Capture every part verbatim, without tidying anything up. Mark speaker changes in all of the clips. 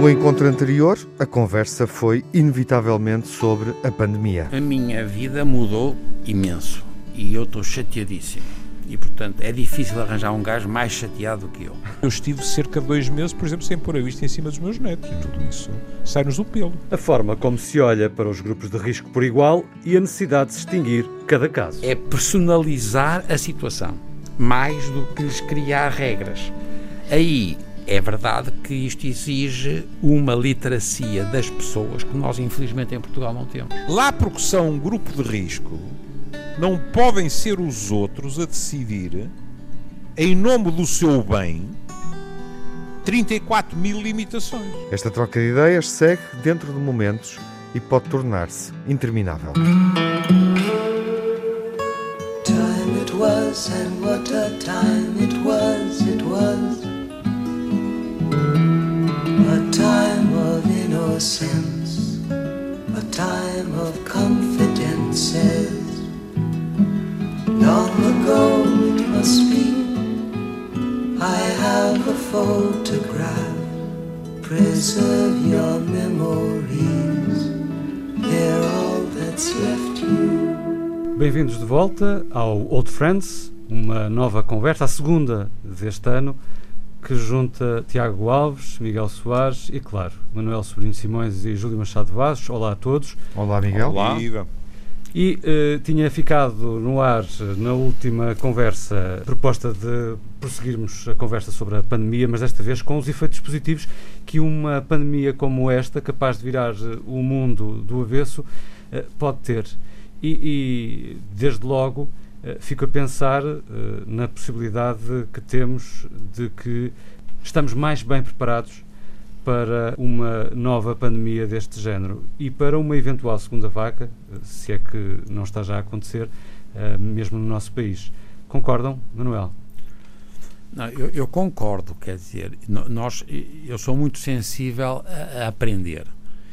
Speaker 1: No encontro anterior, a conversa foi inevitavelmente sobre a pandemia.
Speaker 2: A minha vida mudou imenso e eu estou chateadíssimo. E, portanto, é difícil arranjar um gajo mais chateado do que eu.
Speaker 3: Eu estive cerca de dois meses, por exemplo, sem pôr a vista em cima dos meus netos. E tudo isso sai-nos do pelo.
Speaker 4: A forma como se olha para os grupos de risco por igual e a necessidade de se extinguir cada caso.
Speaker 2: É personalizar a situação, mais do que lhes criar regras. Aí é verdade que isto exige uma literacia das pessoas que nós, infelizmente, em Portugal não temos.
Speaker 3: Lá porque são um grupo de risco, não podem ser os outros a decidir, em nome do seu bem, trinta e quatro mil limitações.
Speaker 1: Esta troca de ideias segue dentro de momentos e pode tornar-se interminável.
Speaker 5: Time it was, and what a time it was, it was a time of innocence, a time of confidences. Long ago it must be, I have a photograph. Preserve your memories, they're all that's left you.
Speaker 4: Bem-vindos de volta ao Old Friends, uma nova conversa, a segunda deste ano, que junta Tiago Alves, Miguel Soares e, claro, Manuel Sobrinho Simões e Júlio Machado Vaz. Olá a todos.
Speaker 1: Olá, Miguel.
Speaker 3: Olá.
Speaker 4: E uh, tinha ficado no ar, na última conversa, a proposta de prosseguirmos a conversa sobre a pandemia, mas desta vez com os efeitos positivos que uma pandemia como esta, capaz de virar o mundo do avesso, uh, pode ter. E, e desde logo, uh, fico a pensar uh, na possibilidade que temos de que estamos mais bem preparados para uma nova pandemia deste género e para uma eventual segunda vaga, se é que não está já a acontecer, uh, mesmo no nosso país. Concordam, Manuel?
Speaker 2: Não, eu, eu concordo, quer dizer, nós, eu sou muito sensível a, a aprender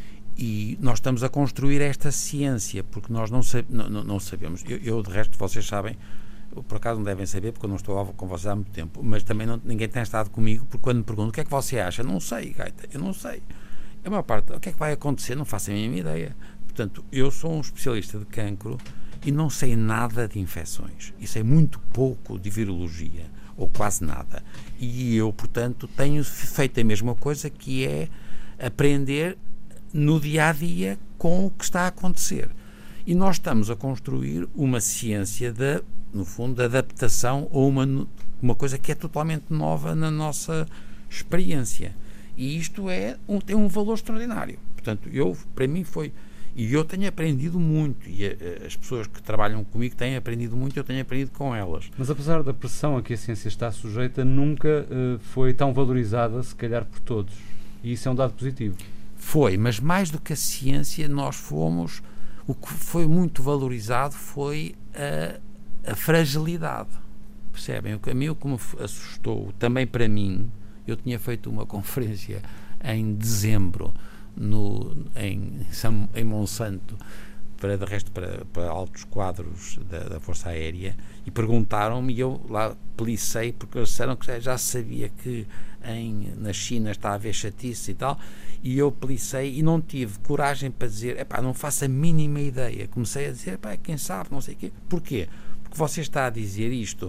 Speaker 2: e nós estamos a construir esta ciência, porque nós não, não, não sabemos. Eu, eu, de resto, vocês sabem, por acaso não devem saber, porque eu não estou com vocês há muito tempo, mas também não, ninguém tem estado comigo, porque quando me perguntam o que é que você acha, não sei, gaita, eu não sei. A maior parte, o que é que vai acontecer, não faço a mínima ideia. Portanto, eu sou um especialista de cancro e não sei nada de infecções, e sei muito pouco de virologia, ou quase nada. E eu, portanto, tenho feito a mesma coisa, que é aprender no dia-a-dia com o que está a acontecer. E nós estamos a construir uma ciência da no fundo, de adaptação a uma, uma coisa que é totalmente nova na nossa experiência. E isto é um, tem um valor extraordinário. Portanto, eu, para mim foi... E eu tenho aprendido muito, e a, as pessoas que trabalham comigo têm aprendido muito, eu tenho aprendido com elas.
Speaker 4: Mas apesar da pressão a que a ciência está sujeita, nunca uh, foi tão valorizada, se calhar, por todos. E isso é um dado positivo.
Speaker 2: Foi, mas mais do que a ciência, nós fomos... O que foi muito valorizado foi a... a fragilidade, percebem? O que a mim o que me assustou, também para mim, eu tinha feito uma conferência em dezembro no, em, em Monsanto, para, de resto para, para altos quadros da, da Força Aérea, e perguntaram-me, e eu lá pelicei, porque eles disseram que já sabia que em, na China está a haver chatice e tal, e eu pelicei e não tive coragem para dizer, epá, não faço a mínima ideia. Comecei a dizer, epá, quem sabe, não sei o quê. Porquê? Que você está a dizer isto,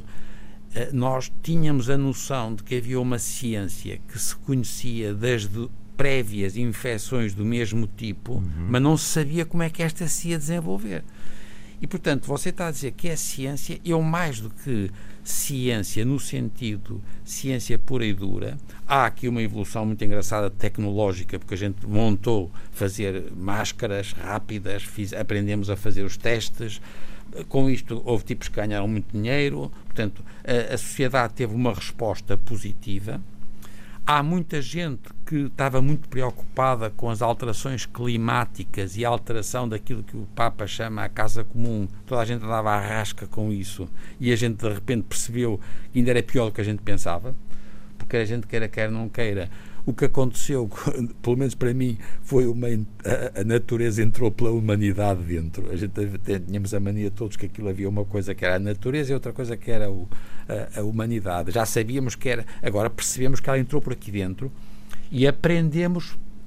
Speaker 2: nós tínhamos a noção de que havia uma ciência que se conhecia desde prévias infecções do mesmo tipo, uhum. mas não se sabia como é que esta se ia desenvolver. E, portanto, você está a dizer que é ciência, eu mais do que ciência no sentido ciência pura e dura, há aqui uma evolução muito engraçada tecnológica, porque a gente montou fazer máscaras rápidas, fiz, aprendemos a fazer os testes. Com isto houve tipos que ganharam muito dinheiro, portanto a, a sociedade teve uma resposta positiva. Há muita gente que estava muito preocupada com as alterações climáticas e a alteração daquilo que o Papa chama a casa comum. Toda a gente andava à rasca com isso e a gente de repente percebeu que ainda era pior do que a gente pensava, porque a gente queira quer não queira. O que aconteceu, pelo menos para mim, foi uma, a, a natureza entrou pela humanidade dentro. A gente tínhamos a mania todos que aquilo havia uma coisa que era a natureza e outra coisa que era o, a, a humanidade. Já sabíamos que era, agora percebemos que ela entrou por aqui dentro e aprendemos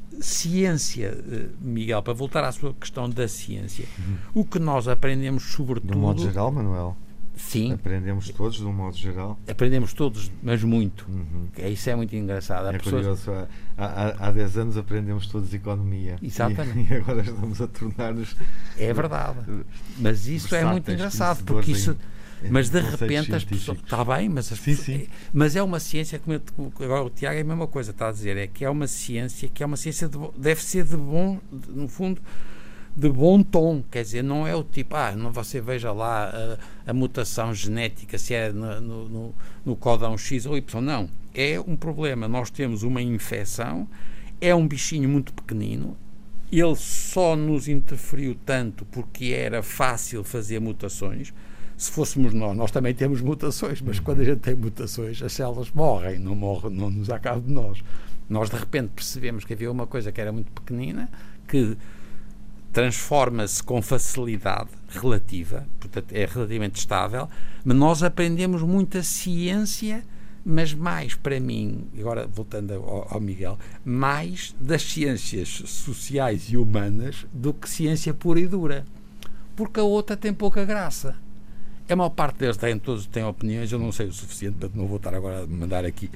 Speaker 2: ciência, Miguel, para voltar à sua questão da ciência, uhum. o que nós aprendemos sobretudo...
Speaker 1: De um modo geral, Manuel?
Speaker 2: Sim.
Speaker 1: Aprendemos todos, de um modo geral?
Speaker 2: Aprendemos todos, mas muito.
Speaker 1: Uhum.
Speaker 2: Isso é muito engraçado.
Speaker 1: É
Speaker 2: pessoa...
Speaker 1: curioso, há, há, há dez anos aprendemos todos economia.
Speaker 2: Exatamente.
Speaker 1: E, e agora estamos a tornar-nos...
Speaker 2: É verdade. Mas isso é muito engraçado, porque isso... Em, mas de repente as pessoas... Está bem, mas, as
Speaker 1: sim,
Speaker 2: pessoas,
Speaker 1: sim.
Speaker 2: mas é uma ciência, como eu, agora o Tiago é a mesma coisa, está a dizer, é que é uma ciência que é uma ciência, de, deve ser de bom, de, no fundo... de bom tom, quer dizer, não é o tipo, ah, não, você veja lá a, a mutação genética, se é no, no, no códon X ou Y, não, é um problema, nós temos uma infecção, é um bichinho muito pequenino, ele só nos interferiu tanto porque era fácil fazer mutações. Se fôssemos nós, nós também temos mutações, mas quando a gente tem mutações, as células morrem, não morrem, não nos há cabo de nós. Nós de repente percebemos que havia uma coisa que era muito pequenina, que transforma-se com facilidade relativa, portanto é relativamente estável, mas nós aprendemos muita ciência, mas mais para mim, agora voltando ao, ao Miguel, mais das ciências sociais e humanas do que ciência pura e dura, porque a outra tem pouca graça. A maior parte deles têm, todos têm opiniões, eu não sei o suficiente, portanto não vou estar agora a mandar aqui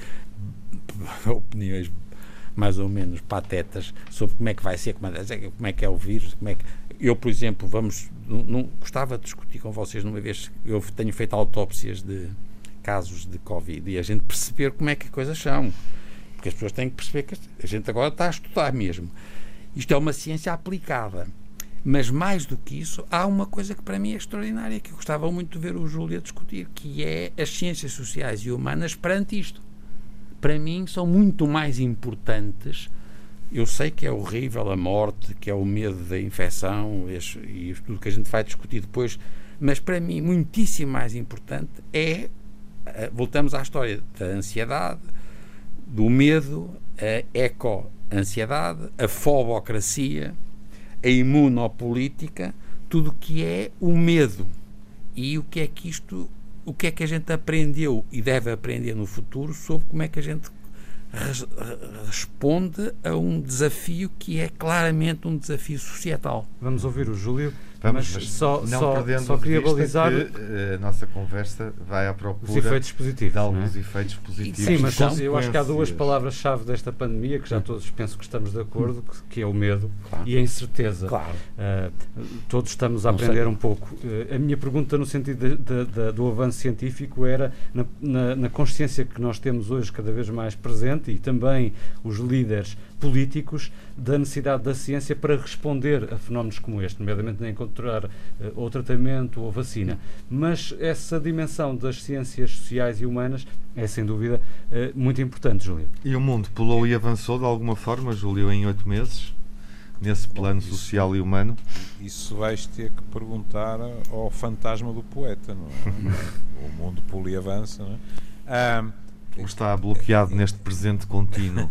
Speaker 2: opiniões mais ou menos patetas sobre como é que vai ser, como é que é o vírus, como é que... Eu, por exemplo, vamos, não, não gostava de discutir com vocês numa vez, eu tenho feito autópsias de casos de Covid e a gente perceber como é que as coisas são, porque as pessoas têm que perceber que a gente agora está a estudar mesmo. Isto é uma ciência aplicada, mas mais do que isso, há uma coisa que para mim é extraordinária, que eu gostava muito de ver o Júlio a discutir, que é as ciências sociais e humanas perante isto. Para mim são muito mais importantes. Eu sei que é horrível a morte, que é o medo da infecção e tudo que a gente vai discutir depois, mas para mim muitíssimo mais importante é, voltamos à história da ansiedade, do medo, a eco-ansiedade, a fobocracia, a imunopolítica, tudo o que é o medo e o que é que isto... o que é que a gente aprendeu e deve aprender no futuro sobre como é que a gente res, responde a um desafio que é claramente um desafio societal.
Speaker 4: Vamos ouvir o Júlio,
Speaker 1: Vamos,
Speaker 4: mas,
Speaker 1: mas
Speaker 4: só,
Speaker 1: não
Speaker 4: só,
Speaker 1: perdendo
Speaker 4: só queria
Speaker 1: de vista
Speaker 4: balizar
Speaker 1: que a nossa conversa vai à procura
Speaker 4: os efeitos positivos,
Speaker 1: de alguns
Speaker 4: é?
Speaker 1: efeitos positivos.
Speaker 4: Sim, mas eu acho que há duas palavras-chave desta pandemia que já todos penso que estamos de acordo, que, que é o medo claro. E a incerteza.
Speaker 2: Claro.
Speaker 4: Uh, todos estamos a aprender um pouco. Uh, a minha pergunta no sentido de, de, de, do avanço científico era na, na, na consciência que nós temos hoje cada vez mais presente e também os líderes políticos da necessidade da ciência para responder a fenómenos como este, nomeadamente encontrar uh, ou tratamento ou vacina. Mas essa dimensão das ciências sociais e humanas é, sem dúvida, uh, muito importante, Júlio.
Speaker 1: E o mundo pulou e avançou de alguma forma, Júlio, em oito meses, nesse plano Bom, isso, social e humano?
Speaker 3: Isso vais ter que perguntar ao fantasma do poeta, não é? O mundo pula e avança, não é? Ah,
Speaker 1: Ou está bloqueado neste presente contínuo?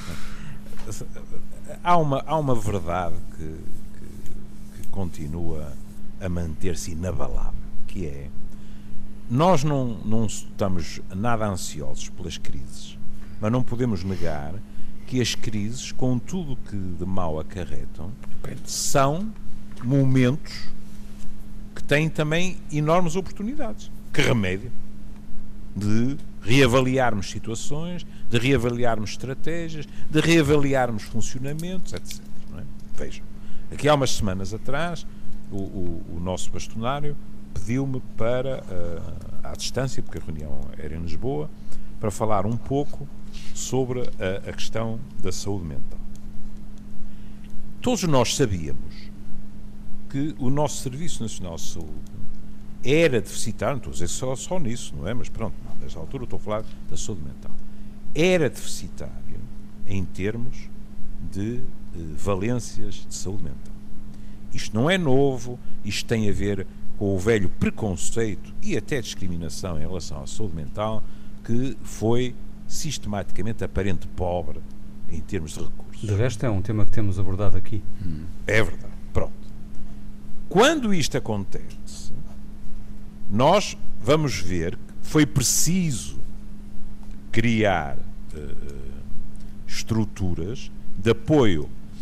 Speaker 3: Há uma, há uma verdade que, que, que continua a manter-se inabalável, que é, nós não, não estamos nada ansiosos pelas crises, mas não podemos negar que as crises, com tudo o que de mal acarretam, são momentos que têm também enormes oportunidades. Que remédio de reavaliarmos situações, de reavaliarmos estratégias, de reavaliarmos funcionamentos, etcétera. Não é? Vejam, aqui há umas semanas atrás, o, o, o nosso bastonário pediu-me para, uh, à distância, porque a reunião era em Lisboa, para falar um pouco sobre a, a questão da saúde mental. Todos nós sabíamos que o nosso Serviço Nacional de Saúde era deficitário, não estou a dizer só, só nisso, não é? Mas pronto, nesta altura eu estou a falar da saúde mental. Era deficitário em termos de eh, valências de saúde mental. Isto não é novo, isto tem a ver com o velho preconceito e até discriminação em relação à saúde mental que foi sistematicamente aparente pobre em termos de recursos.
Speaker 4: De resto é um tema que temos abordado aqui.
Speaker 3: Hum. É verdade. Pronto. Quando isto acontece, nós vamos ver que foi preciso criar uh, estruturas de apoio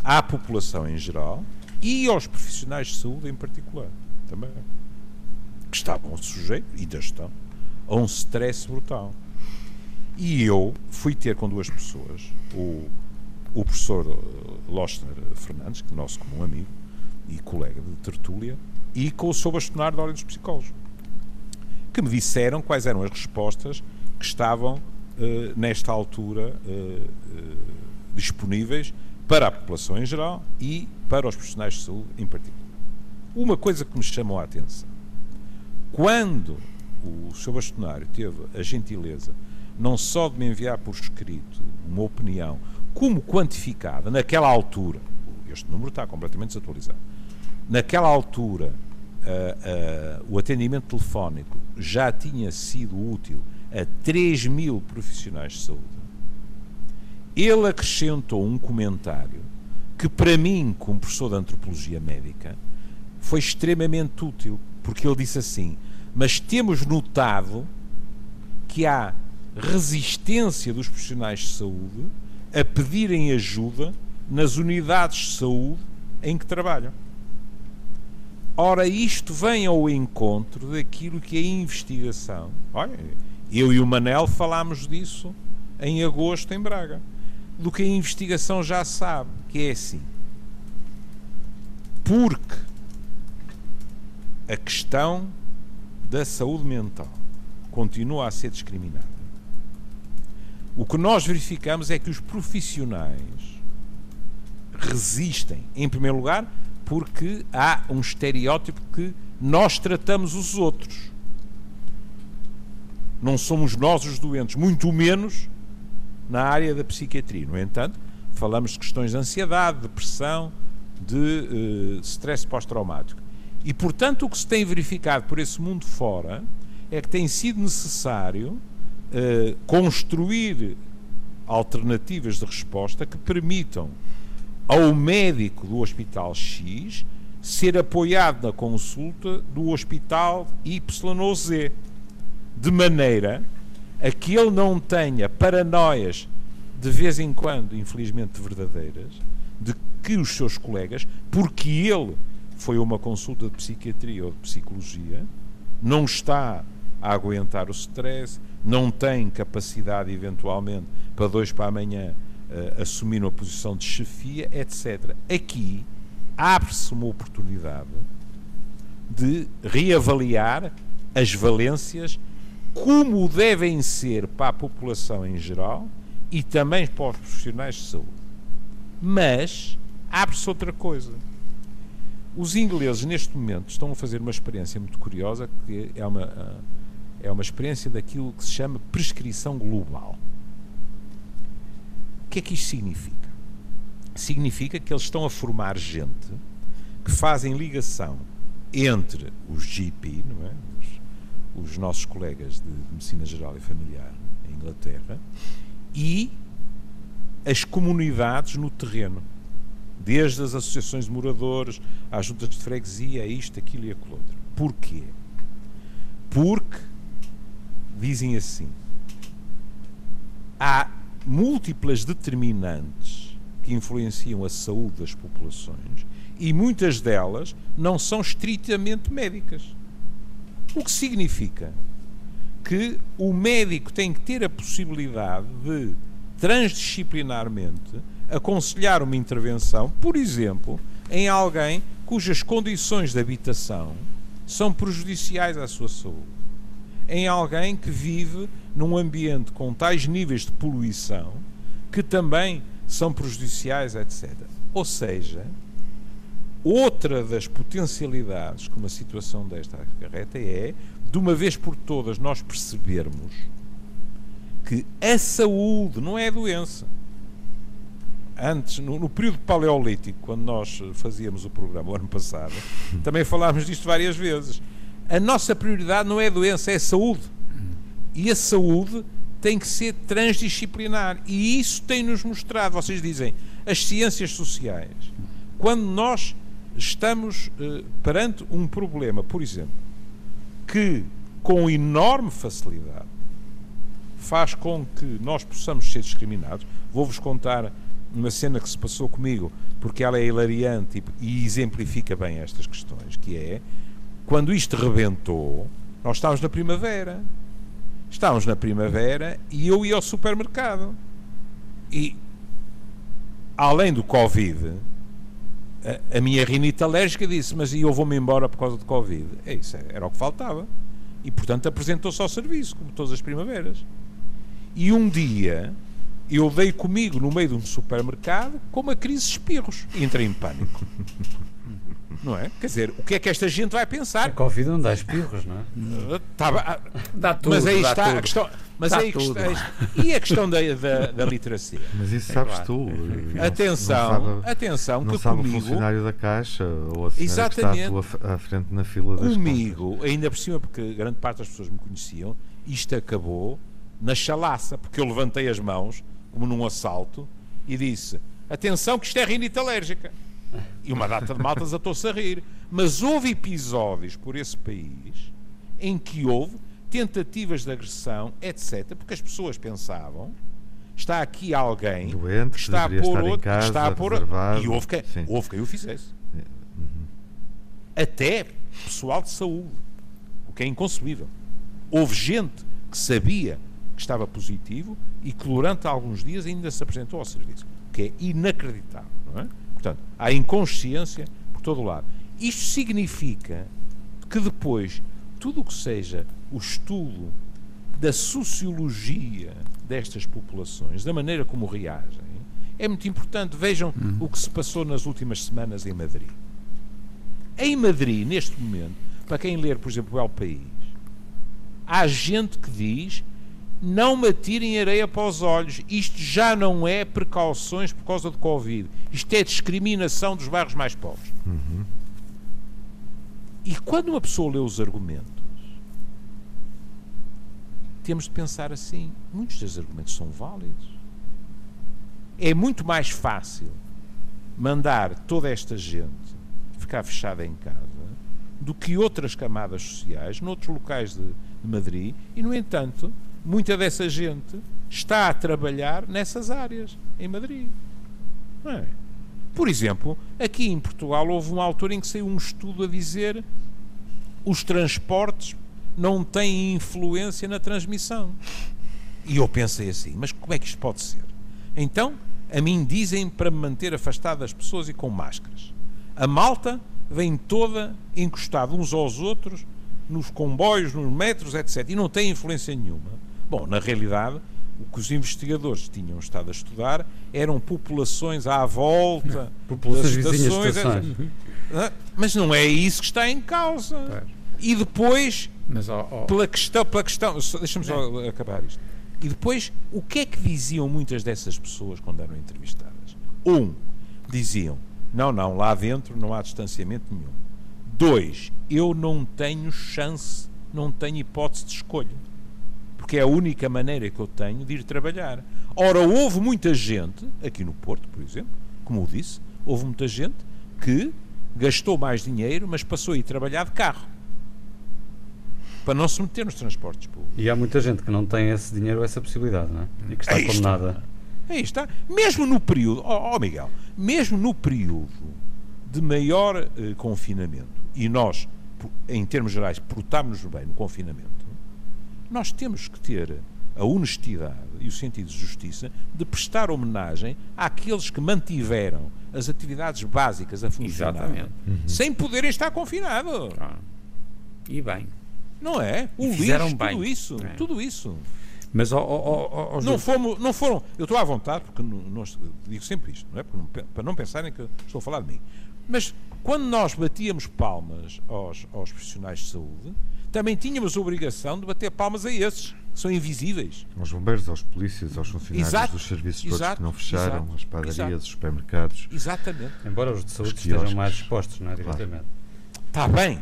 Speaker 3: à população em geral e aos profissionais de saúde em particular, também, que estavam sujeitos, e ainda estão, a um stress brutal. E eu fui ter com duas pessoas, o, o professor Lóster Fernandes, que é nosso comum amigo e colega de tertúlia, e com o seu bastonário da Ordem dos Psicólogos, que me disseram quais eram as respostas que estavam, eh, nesta altura, eh, eh, disponíveis para a população em geral e para os profissionais de saúde em particular. Uma coisa que me chamou a atenção, quando o seu bastonário teve a gentileza não só de me enviar por escrito uma opinião, como quantificada naquela altura, este número está completamente desatualizado, naquela altura uh, uh, o atendimento telefónico já tinha sido útil a três mil profissionais de saúde, ele acrescentou um comentário que para mim, como professor de antropologia médica, foi extremamente útil, porque ele disse assim: mas temos notado que há resistência dos profissionais de saúde a pedirem ajuda nas unidades de saúde em que trabalham. Ora, isto vem ao encontro daquilo que é a investigação. Olha, eu e o Manel falámos disso em agosto em Braga, do que a investigação já sabe, que é assim. Porque a questão da saúde mental continua a ser discriminada. O que nós verificamos é que os profissionais resistem, em primeiro lugar, porque há um estereótipo que nós tratamos os outros. Não somos nós os doentes, muito menos na área da psiquiatria. No entanto, falamos de questões de ansiedade, depressão, de uh, stress pós-traumático. E, portanto, o que se tem verificado por esse mundo fora é que tem sido necessário uh, construir alternativas de resposta que permitam ao médico do Hospital X ser apoiado na consulta do Hospital Y ou Z, de maneira a que ele não tenha paranoias, de vez em quando, infelizmente verdadeiras, de que os seus colegas, porque ele foi uma consulta de psiquiatria ou de psicologia, não está a aguentar o stress, não tem capacidade, eventualmente, para dois para amanhã, uh, assumir uma posição de chefia, etcétera. Aqui abre-se uma oportunidade de reavaliar as valências como devem ser para a população em geral e também para os profissionais de saúde. Mas abre-se outra coisa. Os ingleses, neste momento, estão a fazer uma experiência muito curiosa, que é uma, é uma experiência daquilo que se chama prescrição global. O que é que isto significa? Significa que eles estão a formar gente que fazem ligação entre os G P, não é? os, os nossos colegas de Medicina Geral e Familiar em Inglaterra, e as comunidades no terreno, desde as associações de moradores, às juntas de freguesia, a isto, aquilo e aquilo outro. Porquê? Porque, dizem assim, há múltiplas determinantes que influenciam a saúde das populações e muitas delas não são estritamente médicas. O que significa que o médico tem que ter a possibilidade de, transdisciplinarmente, aconselhar uma intervenção, por exemplo, em alguém cujas condições de habitação são prejudiciais à sua saúde, em alguém que vive num ambiente com tais níveis de poluição que também são prejudiciais, etcétera. Ou seja, outra das potencialidades que uma situação desta acarreta é, de uma vez por todas, nós percebermos que a saúde não é a doença. Antes, no, no período paleolítico, quando nós fazíamos o programa o ano passado, também falámos disto várias vezes. A nossa prioridade não é a doença, é a saúde. E a saúde tem que ser transdisciplinar. E isso tem-nos mostrado, vocês dizem, as ciências sociais. Quando nós estamos eh, perante um problema, por exemplo, que com enorme facilidade faz com que nós possamos ser discriminados, vou-vos contar uma cena que se passou comigo, porque ela é hilariante e, e exemplifica bem estas questões, que é, quando isto rebentou, nós estávamos na primavera. Estávamos na primavera e eu ia ao supermercado. E, além do Covid, a, a minha rinite alérgica disse, mas eu vou-me embora por causa do Covid. É isso, era o que faltava. E, portanto, apresentou-se ao serviço, como todas as primaveras. E um dia, eu dei comigo no meio de um supermercado com uma crise de espirros. E entrei em pânico. Não é? Quer dizer, o que é que esta gente vai pensar?
Speaker 4: A Covid não dá espirros, não é?
Speaker 3: Tá,
Speaker 2: Dá tudo,
Speaker 3: mas aí
Speaker 2: dá
Speaker 3: está
Speaker 2: tudo.
Speaker 3: a questão. Mas
Speaker 2: Dá
Speaker 3: aí
Speaker 2: tudo.
Speaker 3: está, e a questão da, da, da literacia?
Speaker 1: Mas isso
Speaker 2: É
Speaker 1: sabes
Speaker 2: claro.
Speaker 1: tu. Não-
Speaker 3: Atenção,
Speaker 1: não sabe,
Speaker 3: atenção
Speaker 1: não
Speaker 3: que
Speaker 1: sabe
Speaker 3: comigo,
Speaker 1: o funcionário da caixa ou a senhora
Speaker 3: Exatamente.
Speaker 1: que está à, tua, f- à frente na fila das
Speaker 3: comigo, ainda por cima, porque grande parte das pessoas me conheciam, isto acabou na chalaça, porque eu levantei as mãos, como num assalto, e disse, atenção que isto é rinite alérgica. E uma data de maltas atou-se a rir. Mas houve episódios por esse país em que houve tentativas de agressão, etcétera, porque as pessoas pensavam, está aqui alguém
Speaker 1: Doente,
Speaker 3: que
Speaker 1: que
Speaker 3: está a
Speaker 1: deveria
Speaker 3: pôr
Speaker 1: estar em
Speaker 3: outro, que
Speaker 1: casa,
Speaker 3: está a pôr
Speaker 1: reservado.
Speaker 3: e houve quem,
Speaker 1: Sim.
Speaker 3: houve quem o fizesse. Até pessoal de saúde, o que é inconcebível. Houve gente que sabia que estava positivo e que durante alguns dias ainda se apresentou ao serviço, o que é inacreditável, não é? Portanto, há inconsciência por todo o lado. Isto significa que depois, tudo o que seja o estudo da sociologia destas populações, da maneira como reagem, é muito importante. Vejam
Speaker 2: Uhum.
Speaker 3: o que se passou nas últimas semanas em Madrid. Em Madrid, neste momento, para quem ler, por exemplo, o El País, há gente que diz, não me atirem areia para os olhos, isto já não é precauções por causa do Covid, isto é discriminação dos bairros mais pobres.
Speaker 1: Uhum.
Speaker 3: E quando uma pessoa lê os argumentos, temos de pensar assim, muitos dos argumentos são válidos. É muito mais fácil mandar toda esta gente ficar fechada em casa do que outras camadas sociais, noutros locais de, de Madrid, e, no entanto, muita dessa gente está a trabalhar nessas áreas, em Madrid. Não é? Por exemplo, aqui em Portugal houve uma altura em que saiu um estudo a dizer os transportes não têm influência na transmissão. E eu pensei assim, mas como é que isto pode ser? Então, a mim dizem para me manter afastado das pessoas e com máscaras. A malta vem toda encostada uns aos outros, nos comboios, nos metros, etcétera. E não tem influência nenhuma. Bom, na realidade, o que os investigadores tinham estado a estudar eram populações à volta,
Speaker 4: Populações
Speaker 3: das
Speaker 4: vizinhas de
Speaker 3: estações,
Speaker 4: estações.
Speaker 3: etcétera. Mas não é isso que está em causa.
Speaker 2: Claro.
Speaker 3: E depois,
Speaker 2: Mas, ó, ó,
Speaker 3: pela questão, pela questão, só- deixa-me só acabar isto. E depois, o que é que diziam muitas dessas pessoas quando eram entrevistadas? Um, diziam, não, não, lá dentro não há distanciamento nenhum. Dois, eu não tenho chance, não tenho hipótese de escolha, porque é a única maneira que eu tenho de ir trabalhar. Ora, houve muita gente, aqui no Porto, por exemplo, como eu disse, houve muita gente que gastou mais dinheiro, mas passou a ir trabalhar de carro, para não se meter nos transportes públicos.
Speaker 4: E há muita gente que não tem esse dinheiro ou essa possibilidade, não é? E que está
Speaker 3: Aí está.
Speaker 4: condenada.
Speaker 3: Aí está. Mesmo no período, ó ó, Miguel, mesmo no período de maior eh, confinamento, e nós, por- em termos gerais, portámos-nos bem no confinamento, nós temos que ter a honestidade e o sentido de justiça de prestar homenagem àqueles que mantiveram as atividades básicas a funcionar,
Speaker 2: Exatamente.
Speaker 3: sem poderem estar confinados.
Speaker 2: Ah, e bem.
Speaker 3: Não é? O
Speaker 2: E
Speaker 3: lixo,
Speaker 2: fizeram
Speaker 3: tudo
Speaker 2: bem.
Speaker 3: isso,
Speaker 2: É.
Speaker 3: tudo isso.
Speaker 2: Mas, ó, ó, ó, ó, ó,
Speaker 3: Não,
Speaker 2: Júlio,
Speaker 3: fomos, não foram. Eu estou à vontade, porque não, não- digo sempre isto, não é? Para não, pe- para não pensarem que eu estou a falar de mim. Mas quando nós batíamos palmas aos, aos profissionais de saúde, também tínhamos a obrigação de bater palmas a esses, que são invisíveis.
Speaker 1: Aos bombeiros, aos polícias, aos funcionários
Speaker 3: Exato,
Speaker 1: dos serviços todos
Speaker 3: exato,
Speaker 1: que não fecharam,
Speaker 3: exato,
Speaker 1: as padarias,
Speaker 3: exato.
Speaker 1: os supermercados.
Speaker 3: Exatamente.
Speaker 4: Embora os de saúde
Speaker 1: Os
Speaker 4: estejam
Speaker 1: quiosques.
Speaker 4: mais expostos, não é? Diretamente.
Speaker 3: Está bem.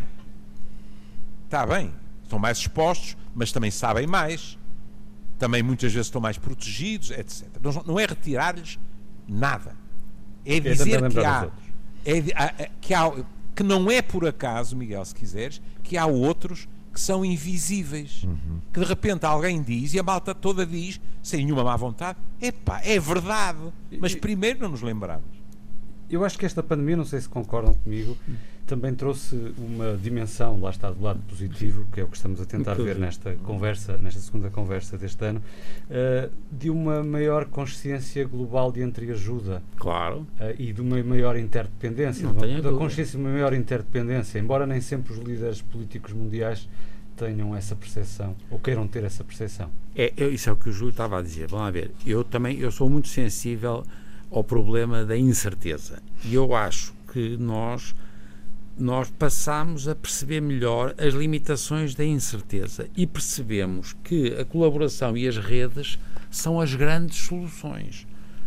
Speaker 3: Está bem. Estão mais expostos, mas também sabem mais. Também muitas vezes estão mais protegidos, etcétera. Não, não é retirar-lhes nada. É
Speaker 4: tentar
Speaker 3: dizer que
Speaker 4: lembrar
Speaker 3: há,
Speaker 4: os outros.
Speaker 3: é, de- há- é- que há. Que não é por acaso, Miguel, se quiseres, que há outros que são invisíveis,
Speaker 1: Uhum.
Speaker 3: que de repente alguém diz e a malta toda diz, sem nenhuma má vontade, epá, é verdade, mas primeiro não nos lembramos.
Speaker 4: Eu acho que esta pandemia, não sei se concordam comigo, também trouxe uma dimensão, lá está, do lado positivo, que é o que estamos a tentar ver nesta conversa, nesta segunda conversa deste ano, uh, de uma maior consciência global de entreajuda.
Speaker 2: Claro.
Speaker 4: Uh, e de uma maior interdependência,
Speaker 2: Não
Speaker 4: de uma,
Speaker 2: tenho
Speaker 4: da
Speaker 2: dúvida.
Speaker 4: consciência de uma maior interdependência, embora nem sempre os líderes políticos mundiais tenham essa percepção, ou queiram ter essa percepção.
Speaker 2: É, é, isso é o que o Júlio estava a dizer. Vamos lá ver. Eu também eu sou muito sensível ao problema da incerteza. E eu acho que nós, nós passamos a perceber melhor as limitações da incerteza e percebemos que a colaboração e as redes são as grandes soluções.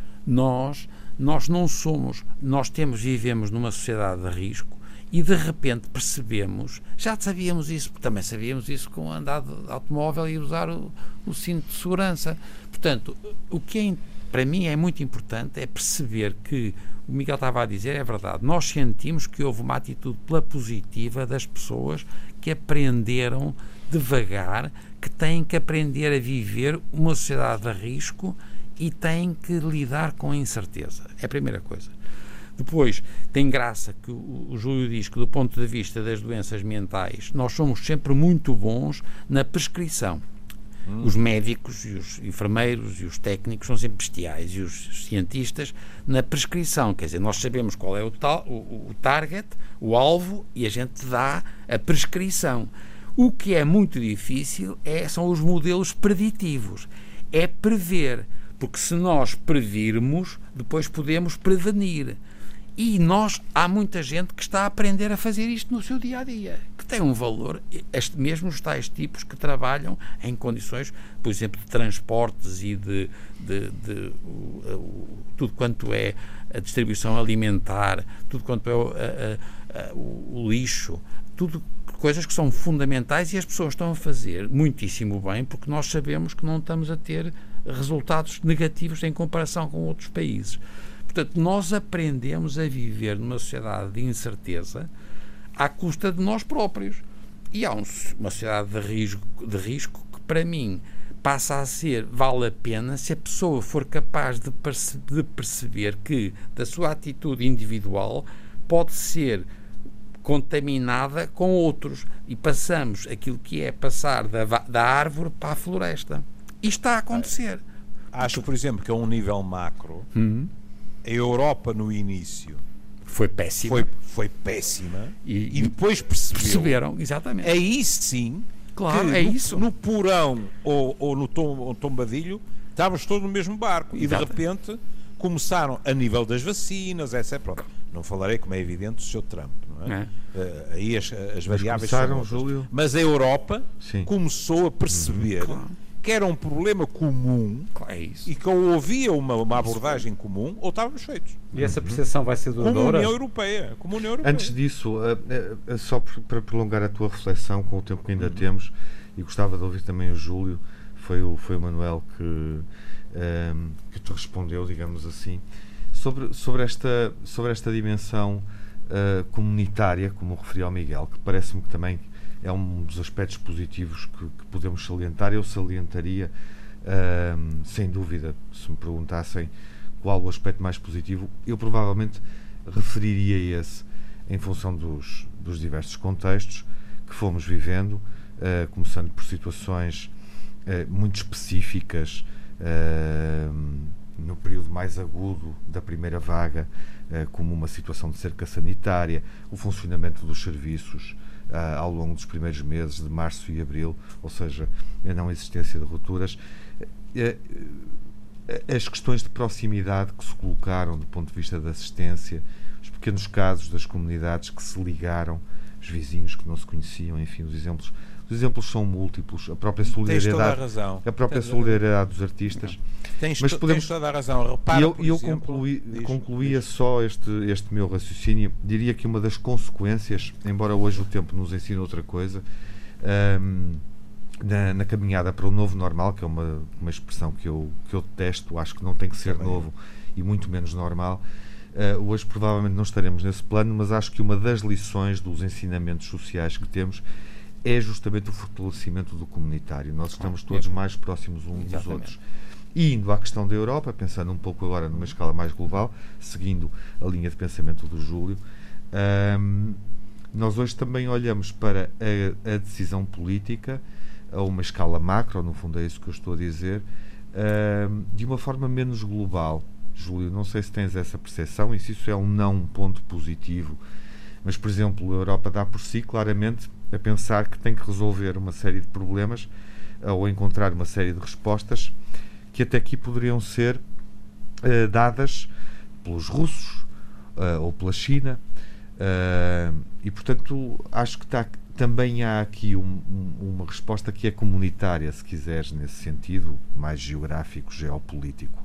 Speaker 2: Nós, nós não somos, nós temos, vivemos numa sociedade de risco e de repente percebemos, já sabíamos isso, porque também sabíamos isso com andar de automóvel e usar o, o cinto de segurança. Portanto, o que é, para mim é muito importante é perceber que o Miguel estava a dizer, é verdade, nós sentimos que houve uma atitude pela positiva das pessoas que aprenderam devagar, que têm que aprender a viver uma sociedade de risco e têm que lidar com a incerteza. É a primeira coisa. Depois, tem graça que o, o Júlio diz que do ponto de vista das doenças mentais, nós somos sempre muito bons na prescrição. Hum. Os médicos e os enfermeiros e os técnicos são sempre bestiais, e os cientistas na prescrição, quer dizer, nós sabemos qual é o, tal, o, o target, o alvo, e a gente dá a prescrição. O que é muito difícil é, são os modelos preditivos, é prever, porque se nós previrmos, depois podemos prevenir. E nós, há muita gente que está a aprender a fazer isto no seu dia-a-dia, que tem um valor, este, mesmo os tais tipos que trabalham em condições, por exemplo, de transportes e de, de, de o, o, tudo quanto é a distribuição alimentar, tudo quanto é o, a, a, o, o lixo, tudo coisas que são fundamentais e as pessoas estão a fazer muitíssimo bem, porque nós sabemos que não estamos a ter resultados negativos em comparação com outros países. Portanto, nós aprendemos a viver numa sociedade de incerteza à custa de nós próprios. E há um, uma sociedade de risco, de risco que, para mim, passa a ser, vale a pena, se a pessoa for capaz de, perce- de perceber que, da sua atitude individual, pode ser contaminada com outros. E passamos aquilo que é passar da, da árvore para a floresta. Isto está a acontecer.
Speaker 3: Acho, por exemplo, que a um nível macro,
Speaker 2: Hum.
Speaker 3: a Europa no início
Speaker 2: Foi péssima.
Speaker 3: foi, foi péssima
Speaker 2: E-
Speaker 3: e, depois percebeu.
Speaker 2: Perceberam, exatamente.
Speaker 3: Aí sim,
Speaker 2: Claro,
Speaker 3: que
Speaker 2: é
Speaker 3: no,
Speaker 2: isso.
Speaker 3: no porão ou, ou no tom, tombadilho estávamos todos no mesmo barco.
Speaker 2: Exato.
Speaker 3: E de repente começaram, a nível das vacinas, etcétera. Pronto, não falarei, como é evidente, do seu Trump. Não é?
Speaker 2: É.
Speaker 3: Uh, aí as, as variáveis
Speaker 1: começaram,
Speaker 3: são outras.
Speaker 1: Júlio?
Speaker 3: Mas a Europa
Speaker 1: Sim.
Speaker 3: começou a perceber
Speaker 2: Claro.
Speaker 3: que era um problema comum
Speaker 2: Claro, é isso.
Speaker 3: e que ou havia uma, uma abordagem comum ou estávamos feitos.
Speaker 4: E essa percepção vai ser
Speaker 3: Como
Speaker 4: duradoura?
Speaker 3: União Europeia. Como União Europeia.
Speaker 1: Antes disso, uh, uh, uh, só por- para prolongar a tua reflexão com o tempo que ainda temos, e gostava de ouvir também o Júlio, foi o, foi o Manuel que, um, que te respondeu, digamos assim, sobre, sobre, esta, sobre esta dimensão uh, comunitária, como referi ao Miguel, que parece-me que também é um dos aspectos positivos que, que podemos salientar. Eu salientaria, um, sem dúvida, se me perguntassem qual o aspecto mais positivo, eu provavelmente referiria esse, em função dos, dos diversos contextos que fomos vivendo, uh, começando por situações uh, muito específicas, uh, no período mais agudo da primeira vaga, uh, como uma situação de cerca sanitária, o funcionamento dos serviços uh, ao longo dos primeiros meses de março e abril, ou seja, a não existência de rupturas, uh, as questões de proximidade que se colocaram do ponto de vista da assistência, os pequenos casos das comunidades que se ligaram, os vizinhos que não se conheciam, enfim, os exemplos, os exemplos são múltiplos, a própria
Speaker 3: Tens toda a
Speaker 1: solidariedade,
Speaker 3: razão.
Speaker 1: a própria
Speaker 3: Tens-
Speaker 1: solidariedade dos artistas.
Speaker 3: Tens,
Speaker 1: Mas
Speaker 3: to-
Speaker 1: podemos-
Speaker 3: tens toda a razão. Repara,
Speaker 1: E eu,
Speaker 3: por
Speaker 1: eu
Speaker 3: exemplo,
Speaker 1: concluí,
Speaker 3: diz-
Speaker 1: concluía
Speaker 3: diz.
Speaker 1: só este, este meu raciocínio. Diria que uma das consequências, embora hoje o tempo nos ensine outra coisa, hum, na, na caminhada para o novo normal, que é uma, uma expressão que eu, que eu detesto, acho que não tem que ser
Speaker 3: Também.
Speaker 1: novo e muito menos normal. Uh, hoje provavelmente não estaremos nesse plano, mas acho que uma das lições dos ensinamentos sociais que temos é justamente o fortalecimento do comunitário. Nós estamos
Speaker 2: Ah,
Speaker 1: todos
Speaker 2: é.
Speaker 1: mais próximos uns dos
Speaker 2: Exatamente.
Speaker 1: outros. E indo à questão da Europa, pensando um pouco agora numa escala mais global, seguindo a linha de pensamento do Júlio, hum, nós hoje também olhamos para a, a decisão política a uma escala macro, no fundo é isso que eu estou a dizer, hum, de uma forma menos global. Júlio, não sei se tens essa percepção e se isso é um não um ponto positivo, mas, por exemplo, a Europa dá por si claramente a pensar que tem que resolver uma série de problemas ou encontrar uma série de respostas que até aqui poderiam ser uh, dadas pelos russos uh, ou pela China, uh, e portanto acho que tá, também há aqui um, um, uma resposta que é comunitária, se quiseres, nesse sentido mais geográfico, geopolítico.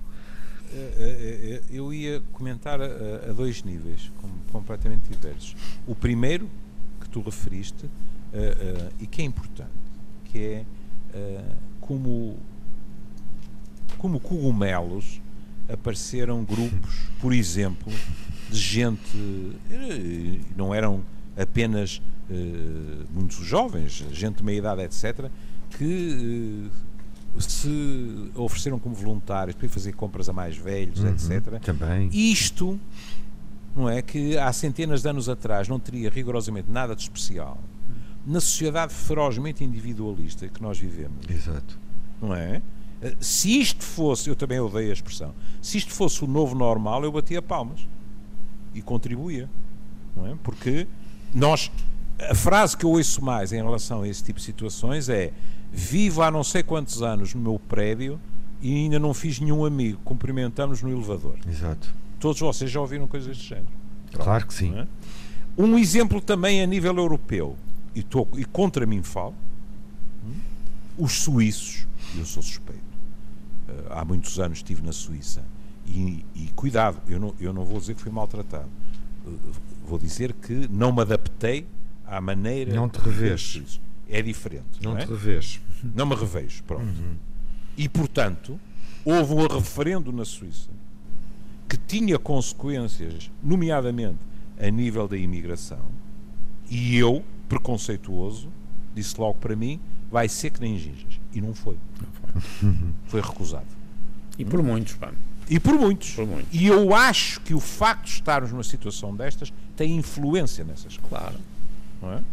Speaker 3: Eu ia comentar a, a dois níveis completamente diversos. O primeiro, que tu referiste, uh, uh, e que é importante, que é uh, como como cogumelos apareceram grupos, por exemplo, de gente, não eram apenas uh, muito jovens, gente de meia idade, etcétera, que uh, se ofereceram como voluntários para ir fazer compras a mais velhos,
Speaker 1: uhum,
Speaker 3: etcétera.
Speaker 1: Também.
Speaker 3: Isto, não é, que há centenas de anos atrás não teria rigorosamente nada de especial na sociedade ferozmente individualista que nós vivemos.
Speaker 1: Exato.
Speaker 3: Não é? Se isto fosse, eu também odeio a expressão, se isto fosse o novo normal, eu batia palmas e contribuía, não é? Porque nós, a frase que eu ouço mais em relação a esse tipo de situações é: vivo há não sei quantos anos no meu prédio e ainda não fiz nenhum amigo, cumprimentamos no elevador.
Speaker 1: Exato.
Speaker 3: Todos vocês já ouviram coisas deste género? Pronto,
Speaker 1: claro que sim.
Speaker 3: É? Um exemplo também a nível europeu, e, tô, e contra mim falo, os suíços, eu sou suspeito, há muitos anos estive na Suíça e, e cuidado, eu não, eu não vou dizer que fui maltratado, vou dizer que não me adaptei à maneira...
Speaker 1: Não te revês.
Speaker 3: É diferente.
Speaker 1: Não,
Speaker 3: não
Speaker 1: te
Speaker 3: é?
Speaker 1: revês.
Speaker 3: Não me revejo, pronto.
Speaker 1: Uhum.
Speaker 3: E, portanto, houve um referendo na Suíça que tinha consequências, nomeadamente a nível da imigração, e eu, preconceituoso, disse logo para mim, vai ser que nem gingas. E não foi.
Speaker 2: Não foi.
Speaker 3: Foi recusado.
Speaker 2: E por muitos, pá.
Speaker 3: E por muitos.
Speaker 2: Por muitos.
Speaker 3: E eu acho que o facto de estarmos numa situação destas tem influência nessas coisas.
Speaker 2: Claro.
Speaker 3: Não é?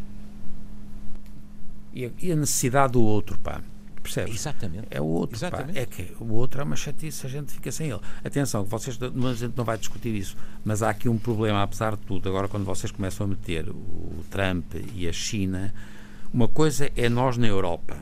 Speaker 2: E a, e a necessidade do outro, pá. Percebes?
Speaker 3: Exatamente.
Speaker 2: É o outro, pá.
Speaker 3: Exatamente.
Speaker 2: É que o outro é uma chatice, a gente fica sem ele. Atenção, vocês, a gente não vai discutir isso, mas há aqui um problema, apesar de tudo, agora quando vocês começam a meter o Trump e a China, uma coisa é nós na Europa,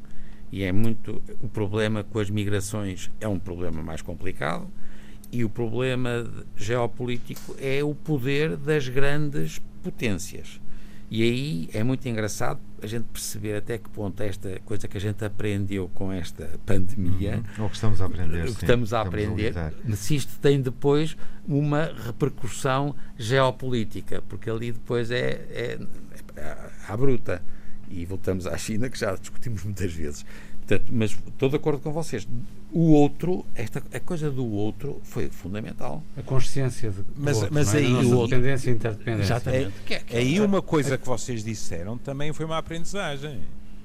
Speaker 2: e é muito, o problema com as migrações é um problema mais complicado, e o problema geopolítico é o poder das grandes potências. E aí é muito engraçado a gente perceber até que ponto esta coisa que a gente aprendeu com esta pandemia,
Speaker 1: uhum. Ou que estamos a aprender,
Speaker 2: que
Speaker 1: sim,
Speaker 2: estamos a aprender,
Speaker 1: a
Speaker 2: se isto tem depois uma repercussão geopolítica, porque ali depois é, é, é à bruta. E voltamos à China, que já discutimos muitas vezes. Portanto, mas estou de acordo com vocês. O outro, esta, a coisa do outro foi fundamental.
Speaker 4: A consciência de
Speaker 3: Mas-
Speaker 4: outro,
Speaker 3: mas
Speaker 4: não é?
Speaker 3: aí
Speaker 4: A nossa
Speaker 3: o outro-
Speaker 4: dependência e interdependência.
Speaker 2: Exatamente.
Speaker 3: É,
Speaker 2: Que- que-
Speaker 3: aí uma coisa que vocês disseram também foi uma aprendizagem.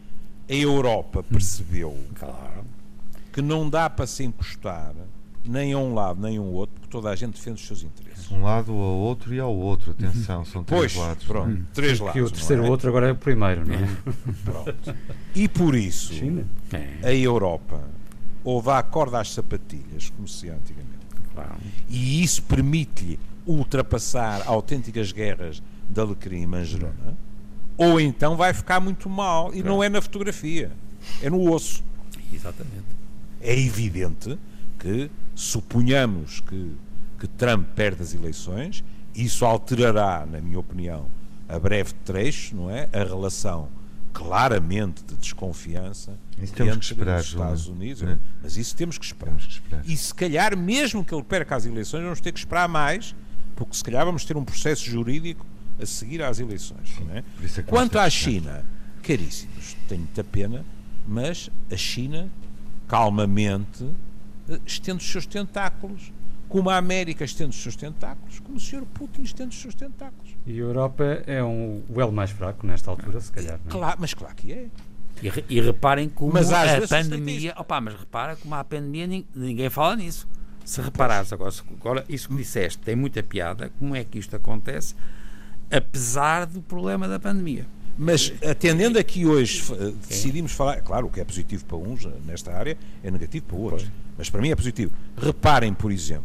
Speaker 3: A Europa percebeu
Speaker 2: Claro.
Speaker 3: que não dá para se encostar nem a um lado nem a um outro, porque toda a gente defende os seus interesses.
Speaker 1: Um lado ao outro e ao outro, atenção, são três
Speaker 3: Pois,
Speaker 1: lados.
Speaker 3: pronto,
Speaker 1: não é?
Speaker 3: três
Speaker 4: Que
Speaker 3: lados.
Speaker 4: o terceiro
Speaker 3: não é?
Speaker 4: outro agora é o primeiro, não é?
Speaker 3: Pronto. E por isso,
Speaker 4: China.
Speaker 2: É,
Speaker 3: a Europa ou dá a corda às sapatilhas, como se dizia antigamente,
Speaker 2: claro.
Speaker 3: e isso permite-lhe ultrapassar autênticas guerras de Alecrim e Manjerona, ou então vai ficar muito mal, e não é na fotografia, é no osso.
Speaker 2: Exatamente.
Speaker 3: É evidente que, suponhamos que, que Trump perde as eleições, isso alterará, na minha opinião, a breve trecho, não é? A relação claramente de desconfiança
Speaker 1: Isso temos que
Speaker 3: entre
Speaker 1: esperar,
Speaker 3: os Estados
Speaker 1: Júlio.
Speaker 3: Unidos,
Speaker 1: É.
Speaker 3: mas isso temos que esperar.
Speaker 1: Temos que esperar.
Speaker 3: E se calhar, mesmo que ele perca as eleições, vamos ter que esperar mais, porque se calhar vamos ter um processo jurídico a seguir às eleições. Não é?
Speaker 1: Por isso é que nós
Speaker 3: Quanto
Speaker 1: temos
Speaker 3: à
Speaker 1: que esperar.
Speaker 3: China, caríssimos, tenho muita pena, mas a China, calmamente, eh, estende os seus tentáculos, como a América estende os seus tentáculos, como o senhor Putin estende os seus tentáculos.
Speaker 4: E a Europa é um, o elo mais fraco nesta altura, se calhar. Não é?
Speaker 3: Claro, mas claro que é.
Speaker 2: E, re- e reparem como
Speaker 3: Mas às
Speaker 2: a
Speaker 3: vezes
Speaker 2: pandemia. Opa, mas repara como a pandemia nin- ninguém fala nisso. Se reparares agora, se- agora, isso que disseste tem muita piada, como é que isto acontece, apesar do problema da pandemia.
Speaker 3: Mas atendendo a que hoje uh, decidimos falar, claro, o que é positivo para uns uh, nesta área é negativo para outros,
Speaker 2: Pois.
Speaker 3: mas para mim é positivo. Reparem, por exemplo,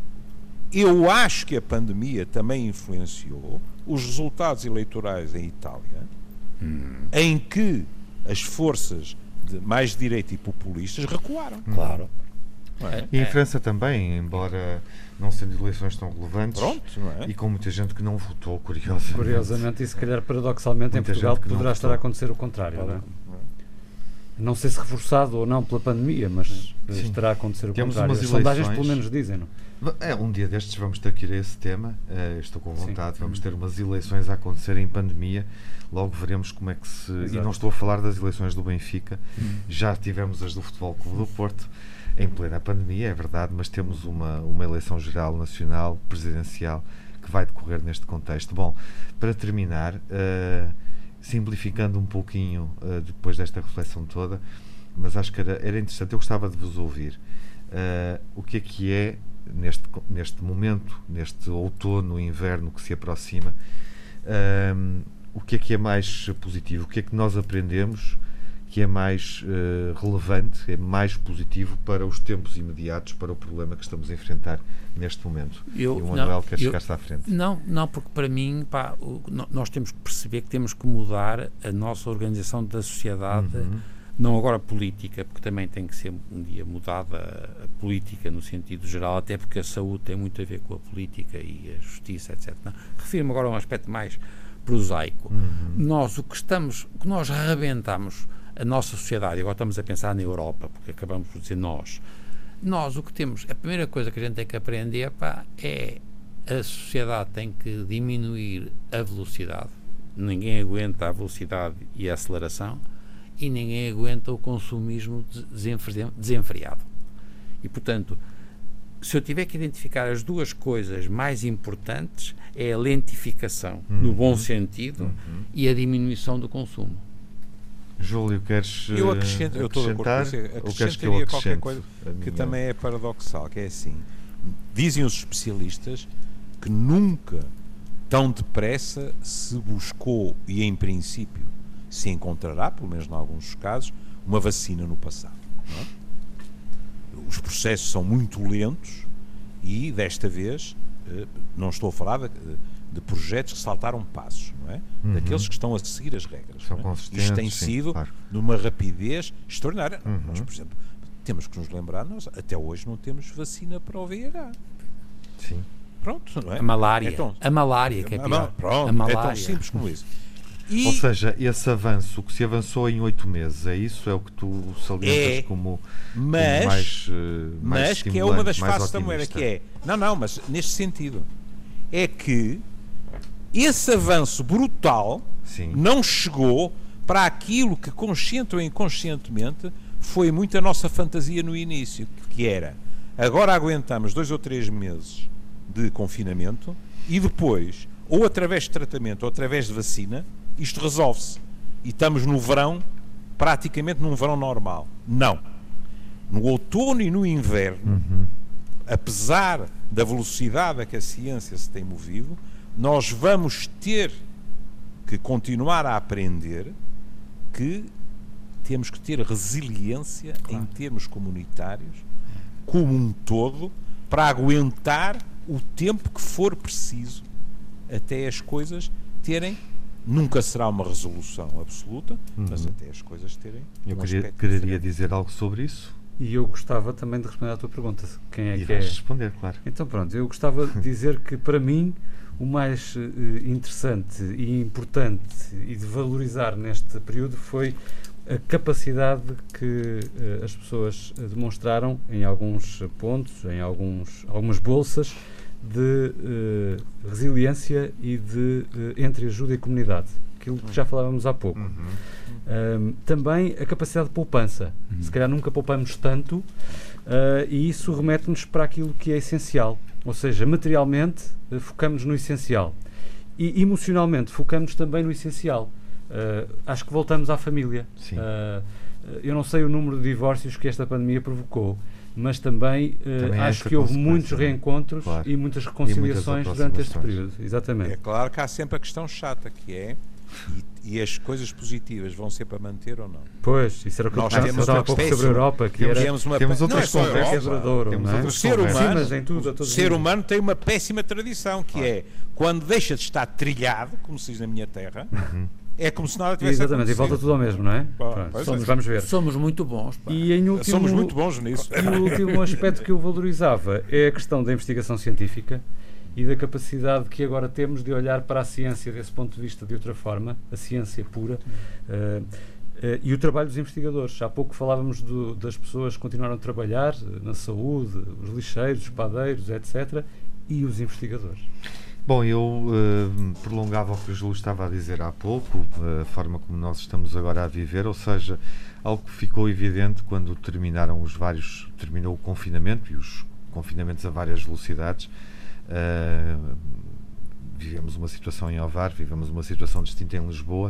Speaker 3: eu acho que a pandemia também influenciou os resultados eleitorais em Itália,
Speaker 2: Hum.
Speaker 3: em que as forças de mais de direita e populistas recuaram.
Speaker 2: Claro.
Speaker 3: Não é?
Speaker 1: E em França também, embora não sendo eleições tão relevantes,
Speaker 3: Pronto, não é?
Speaker 1: e com muita gente que não votou, curiosamente.
Speaker 4: Curiosamente, e se calhar paradoxalmente
Speaker 1: Muita
Speaker 4: em Portugal
Speaker 1: gente que não
Speaker 4: poderá estar a
Speaker 1: votou.
Speaker 4: acontecer o contrário. Não, é? Não sei se reforçado ou não pela pandemia, mas
Speaker 1: Sim.
Speaker 4: estará a acontecer o
Speaker 1: Temos
Speaker 4: contrário.
Speaker 1: umas
Speaker 4: As sondagens
Speaker 1: eleições-
Speaker 4: pelo menos dizem, não?
Speaker 1: É, um dia destes vamos ter que ir a esse tema, eh, estou com vontade,
Speaker 4: Sim.
Speaker 1: vamos ter umas eleições a acontecer em pandemia, logo veremos como é que se...
Speaker 4: Exato.
Speaker 1: E não estou a falar das eleições do Benfica, já tivemos as do Futebol Clube do Porto, em plena pandemia, é verdade, mas temos uma, uma eleição geral, nacional, presidencial, que vai decorrer neste contexto. Bom, para terminar, eh, simplificando um pouquinho eh, depois desta reflexão toda, mas acho que era, era interessante, eu gostava de vos ouvir. Uh, o que é que é, neste, neste momento, neste outono, inverno que se aproxima, um, o que é que é mais positivo? O que é que nós aprendemos que é mais uh, relevante, é mais positivo para os tempos imediatos, para o problema que estamos a enfrentar neste momento?
Speaker 2: Eu-
Speaker 1: e o
Speaker 2: não,
Speaker 1: Manuel quer
Speaker 2: eu-
Speaker 1: chegar-se à frente.
Speaker 2: Não, não, porque para mim, pá, o- no- nós temos que perceber que temos que mudar a nossa organização da sociedade,
Speaker 1: Uhum.
Speaker 2: não agora política, porque também tem que ser um dia mudada a, a política no sentido geral, até porque a saúde tem muito a ver com a política e a justiça, etcétera. Não, refiro-me agora a um aspecto mais prosaico.
Speaker 1: Uhum.
Speaker 2: Nós, o que estamos, o que nós rebentamos a nossa sociedade, agora estamos a pensar na Europa, porque acabamos por dizer nós, nós o que temos, a primeira coisa que a gente tem que aprender, pá, é a sociedade tem que diminuir a velocidade. Ninguém aguenta a velocidade e a aceleração, e ninguém aguenta o consumismo desenfre- desenfreado. E, portanto, se eu tiver que identificar as duas coisas mais importantes, é a lentificação,
Speaker 1: Uhum.
Speaker 2: no bom sentido,
Speaker 1: Uhum.
Speaker 2: e a diminuição do consumo.
Speaker 1: Júlio, queres
Speaker 3: Eu
Speaker 1: uh,
Speaker 3: acrescento, eu estou de acordo com
Speaker 1: acrescentar?
Speaker 3: você,
Speaker 1: Ou queres que eu
Speaker 3: acrescentaria qualquer
Speaker 1: acrescente
Speaker 3: coisa
Speaker 1: a
Speaker 3: que
Speaker 1: minha-
Speaker 3: também é paradoxal, que é assim, dizem os especialistas que nunca tão depressa se buscou e em princípio se encontrará, pelo menos em alguns casos, uma vacina no passado. Não é? Os processos são muito lentos e desta vez eh, não estou a falar de, de projetos que saltaram passos, não é?
Speaker 1: Uhum.
Speaker 3: Daqueles que estão a seguir as regras.
Speaker 1: São
Speaker 3: não é?
Speaker 1: consistentes,
Speaker 3: Isto tem
Speaker 1: sim,
Speaker 3: sido
Speaker 1: claro.
Speaker 3: de uma rapidez extraordinária.
Speaker 1: Uhum.
Speaker 3: Nós, por exemplo, temos que nos lembrar, nós até hoje não temos vacina para o V I H.
Speaker 1: Sim.
Speaker 3: Pronto, não é?
Speaker 2: A malária.
Speaker 3: Então,
Speaker 2: a malária, que é
Speaker 3: a ma-
Speaker 2: pior.
Speaker 3: pronto,
Speaker 2: a malária.
Speaker 3: é tão simples como isso. E
Speaker 1: Ou seja, esse avanço, o que se avançou em oito meses, é isso? É o que tu salientas
Speaker 3: É,
Speaker 1: como,
Speaker 3: mas,
Speaker 1: como mais, uh, mais
Speaker 3: mas que é uma das
Speaker 1: estimulante, mais
Speaker 3: faces da moeda,
Speaker 1: otimista?
Speaker 3: que é, não, não, mas neste sentido, é que esse avanço brutal
Speaker 1: Sim.
Speaker 3: não chegou para aquilo que consciente ou inconscientemente foi muito a nossa fantasia no início, que era, agora aguentamos dois ou três meses de confinamento e depois, ou através de tratamento ou através de vacina, isto resolve-se. E estamos no verão, praticamente num verão normal. Não. No outono e no inverno,
Speaker 1: Uhum.
Speaker 3: apesar da velocidade a que a ciência se tem movido, nós vamos ter que continuar a aprender que temos que ter resiliência em termos comunitários, como um todo, para aguentar o tempo que for preciso até as coisas terem, nunca será uma resolução absoluta, mas
Speaker 1: Uhum.
Speaker 3: até as coisas terem
Speaker 1: Eu
Speaker 3: um
Speaker 1: queria,
Speaker 3: aspecto
Speaker 1: queria
Speaker 3: diferente.
Speaker 1: dizer algo sobre isso
Speaker 4: E eu gostava também de responder à tua pergunta. Quem é
Speaker 1: e
Speaker 4: que é?
Speaker 1: vais responder, claro.
Speaker 4: Então pronto, eu gostava de dizer que para mim o mais eh, interessante e importante e de valorizar neste período foi a capacidade que eh, as pessoas eh, demonstraram em alguns pontos, em alguns, algumas bolsas de eh, resiliência e de eh, entreajuda e comunidade. Aquilo que já falávamos há pouco.
Speaker 1: Uhum.
Speaker 4: Um, também a capacidade de poupança.
Speaker 2: Uhum.
Speaker 4: Se calhar nunca poupamos tanto, uh, e isso remete-nos para aquilo que é essencial. Ou seja, materialmente, uh, focamos no essencial. E emocionalmente focamos também no essencial. Uh, acho que voltamos à família.
Speaker 1: Sim.
Speaker 4: Uh, eu não sei o número de divórcios que esta pandemia provocou, mas também, uh,
Speaker 1: também
Speaker 4: acho que houve muitos reencontros,
Speaker 1: claro,
Speaker 4: e muitas reconciliações
Speaker 1: e muitas
Speaker 4: durante este período. Exatamente.
Speaker 3: É claro que há sempre a questão chata, que é e, e as coisas positivas vão ser para manter ou não?
Speaker 4: Pois, isso era o que
Speaker 3: Nós
Speaker 4: eu
Speaker 3: temos
Speaker 4: estava há
Speaker 3: uma
Speaker 4: pouco
Speaker 3: espécie,
Speaker 4: sobre a Europa, que era...
Speaker 3: temos, uma,
Speaker 1: temos
Speaker 3: não
Speaker 1: outras
Speaker 3: é só a
Speaker 1: conversas.
Speaker 3: Europa.
Speaker 4: Duradouro,
Speaker 1: Temos
Speaker 4: não é?
Speaker 1: outras
Speaker 3: O ser
Speaker 1: conversas.
Speaker 3: humano,
Speaker 4: Sim, mas em tudo, a
Speaker 3: o
Speaker 4: todos os
Speaker 3: ser
Speaker 4: níveis.
Speaker 3: humano tem uma péssima tradição, que
Speaker 1: Claro.
Speaker 3: é quando deixa de estar trilhado, como se diz na minha terra,
Speaker 1: Uhum.
Speaker 3: é como se nada tivesse
Speaker 4: Exatamente, e volta
Speaker 3: acontecido.
Speaker 4: tudo ao mesmo, não é?
Speaker 3: Bom,
Speaker 4: Pronto,
Speaker 3: pois
Speaker 4: somos-
Speaker 3: é.
Speaker 4: vamos ver.
Speaker 2: Somos muito bons. Pá.
Speaker 4: E em último,
Speaker 3: Somos muito bons nisso.
Speaker 4: E o último aspecto que eu valorizava é a questão da investigação científica e da capacidade que agora temos de olhar para a ciência desse ponto de vista de outra forma, a ciência pura, uh, uh, e o trabalho dos investigadores. Há pouco falávamos do, das pessoas que continuaram a trabalhar uh, na saúde, os lixeiros, os padeiros, etcétera, e os investigadores.
Speaker 1: Bom, eu uh, prolongava o que o Júlio estava a dizer há pouco, uh, a forma como nós estamos agora a viver, ou seja, algo que ficou evidente quando terminaram os vários, terminou o confinamento e os confinamentos a várias velocidades. Uh, vivemos uma situação em Ovar, vivemos uma situação distinta em Lisboa,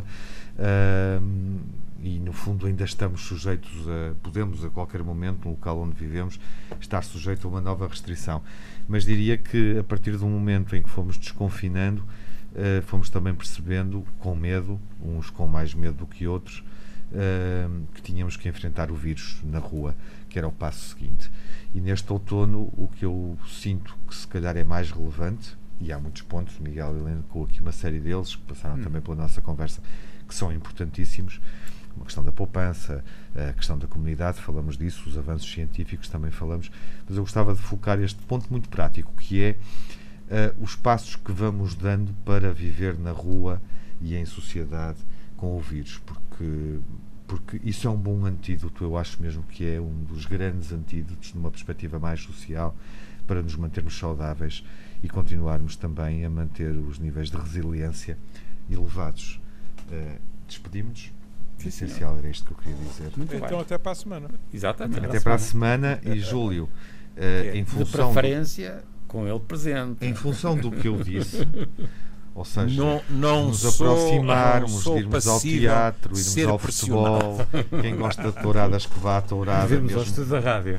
Speaker 1: uh, e no fundo ainda estamos sujeitos a, podemos a qualquer momento, no local onde vivemos, estar sujeito a uma nova restrição. Mas diria que a partir do momento em que fomos desconfinando, uh, fomos também percebendo, com medo, uns com mais medo do que outros, uh, que tínhamos que enfrentar o vírus na rua, que era o passo seguinte. E neste outono o que eu sinto que se calhar é mais relevante, e há muitos pontos, o Miguel elencou aqui uma série deles que passaram hum. também pela nossa conversa, que são importantíssimos, uma questão da poupança, a questão da comunidade, falamos disso, os avanços científicos também falamos, mas eu gostava de focar este ponto muito prático, que é uh, os passos que vamos dando para viver na rua e em sociedade com o vírus, porque, porque isso é um bom antídoto, eu acho mesmo que é um dos grandes antídotos, numa perspectiva mais social, para nos mantermos saudáveis e continuarmos também a manter os níveis de resiliência elevados. Uh, despedimos-nos. O essencial era isto que eu queria dizer.
Speaker 2: Muito
Speaker 3: Então
Speaker 2: bem.
Speaker 3: até para a semana.
Speaker 2: Exatamente.
Speaker 1: Até para a semana. E Júlio, uh, em
Speaker 2: De
Speaker 1: função
Speaker 2: preferência, do, com ele presente.
Speaker 1: em função do que eu disse, ou seja,
Speaker 3: Não, não
Speaker 1: nos
Speaker 3: sou,
Speaker 1: aproximarmos,
Speaker 3: não sou
Speaker 1: de irmos ao
Speaker 3: passível
Speaker 1: teatro,
Speaker 3: de
Speaker 1: irmos
Speaker 3: ser
Speaker 1: ao
Speaker 3: pressionado.
Speaker 1: futebol, quem gosta de touradas que vá à tourada.
Speaker 4: Vimos ao
Speaker 1: mesmo.
Speaker 4: estudo da rádio.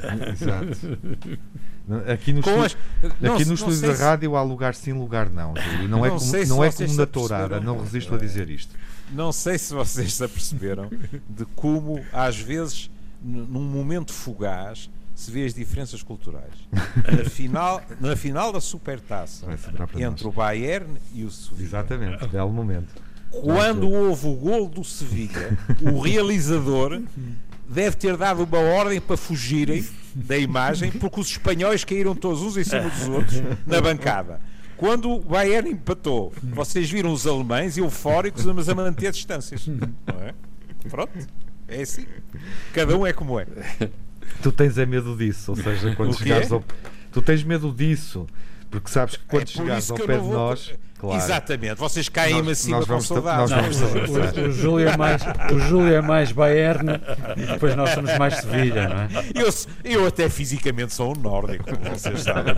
Speaker 1: Exato. Aqui no,
Speaker 3: Com
Speaker 1: estúdio,
Speaker 3: as- não-
Speaker 1: aqui no
Speaker 3: não
Speaker 1: estúdio
Speaker 3: sei
Speaker 1: da
Speaker 3: se-
Speaker 1: rádio há lugar sim, lugar não, Júlio. Não é
Speaker 3: Não
Speaker 1: como,
Speaker 3: sei se
Speaker 1: não é
Speaker 3: vocês
Speaker 1: como
Speaker 3: se
Speaker 1: na
Speaker 3: aperceberam.
Speaker 1: tourada, não resisto a dizer isto.
Speaker 3: Não sei se vocês se aperceberam de como, às vezes, n- num momento fugaz, se vê as diferenças culturais. Na final, na final da Supertaça,
Speaker 1: Vai sobrar para
Speaker 3: entre
Speaker 1: nós.
Speaker 3: o Bayern e o Sevilla,
Speaker 1: Exatamente, belo momento.
Speaker 3: quando houve o gol do Sevilha, o realizador deve ter dado uma ordem para fugirem da imagem, porque os espanhóis caíram todos uns em cima dos outros na bancada. Quando o Bayern empatou, vocês viram os alemães eufóricos, mas a manter distâncias. Não é? Pronto, é assim. Cada um é como é.
Speaker 1: Tu tens é medo disso, ou seja, quando
Speaker 3: O quê?
Speaker 1: chegares ao... Tu tens medo disso, porque sabes que quando
Speaker 3: É por
Speaker 1: chegares
Speaker 3: isso
Speaker 1: ao
Speaker 3: que eu
Speaker 1: pé
Speaker 3: não
Speaker 1: de
Speaker 3: vou-
Speaker 1: nós, claro,
Speaker 3: Exatamente, vocês caem-me
Speaker 1: Nós-
Speaker 3: acima
Speaker 1: nós
Speaker 3: com
Speaker 1: vamos ta-
Speaker 3: saudades.
Speaker 1: nós vamos
Speaker 3: Não,
Speaker 1: abraçar.
Speaker 4: O, o Júlio é mais, o Júlio é mais Bayern e depois nós somos mais Sevilha, não é?
Speaker 3: eu, eu até fisicamente sou um nórdico, como vocês sabem.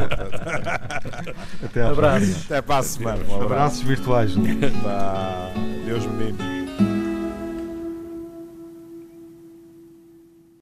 Speaker 1: até à
Speaker 4: Abraços.
Speaker 1: próxima.
Speaker 3: Até para a semana. Um abraço.
Speaker 1: Abraços virtuais, Júlio.
Speaker 3: Vá. Deus me livre.